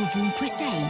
ovunque sei.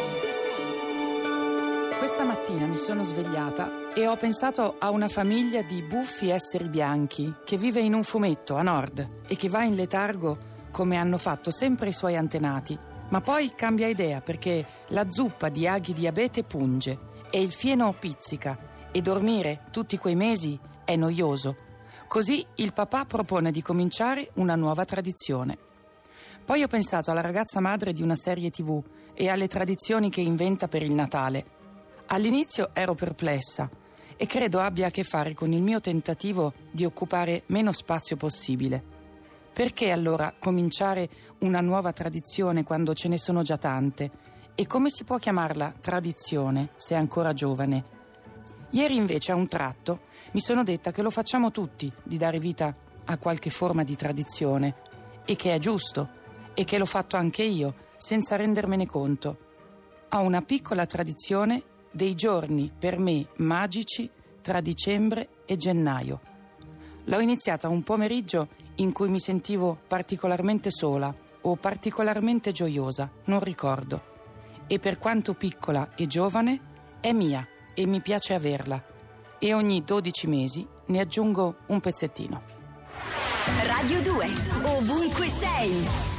Questa mattina mi sono svegliata e ho pensato a una famiglia di buffi esseri bianchi che vive in un fumetto a nord e che va in letargo come hanno fatto sempre i suoi antenati, ma poi cambia idea perché la zuppa di aghi di abete punge e il fieno pizzica e dormire tutti quei mesi è noioso. Così il papà propone di cominciare una nuova tradizione. Poi ho pensato alla ragazza madre di una serie TV e alle tradizioni che inventa per il Natale. All'inizio ero perplessa e credo abbia a che fare con il mio tentativo di occupare meno spazio possibile. Perché allora cominciare una nuova tradizione quando ce ne sono già tante? E come si può chiamarla tradizione se è ancora giovane? Ieri invece a un tratto mi sono detta che lo facciamo tutti di dare vita a qualche forma di tradizione e che è giusto e che l'ho fatto anche io senza rendermene conto. Ho una piccola tradizione dei giorni per me magici tra dicembre e gennaio. L'ho iniziata un pomeriggio in cui mi sentivo particolarmente sola o particolarmente gioiosa, non ricordo. E per quanto piccola e giovane, è mia e mi piace averla. E ogni 12 mesi ne aggiungo un pezzettino. Radio 2, ovunque sei.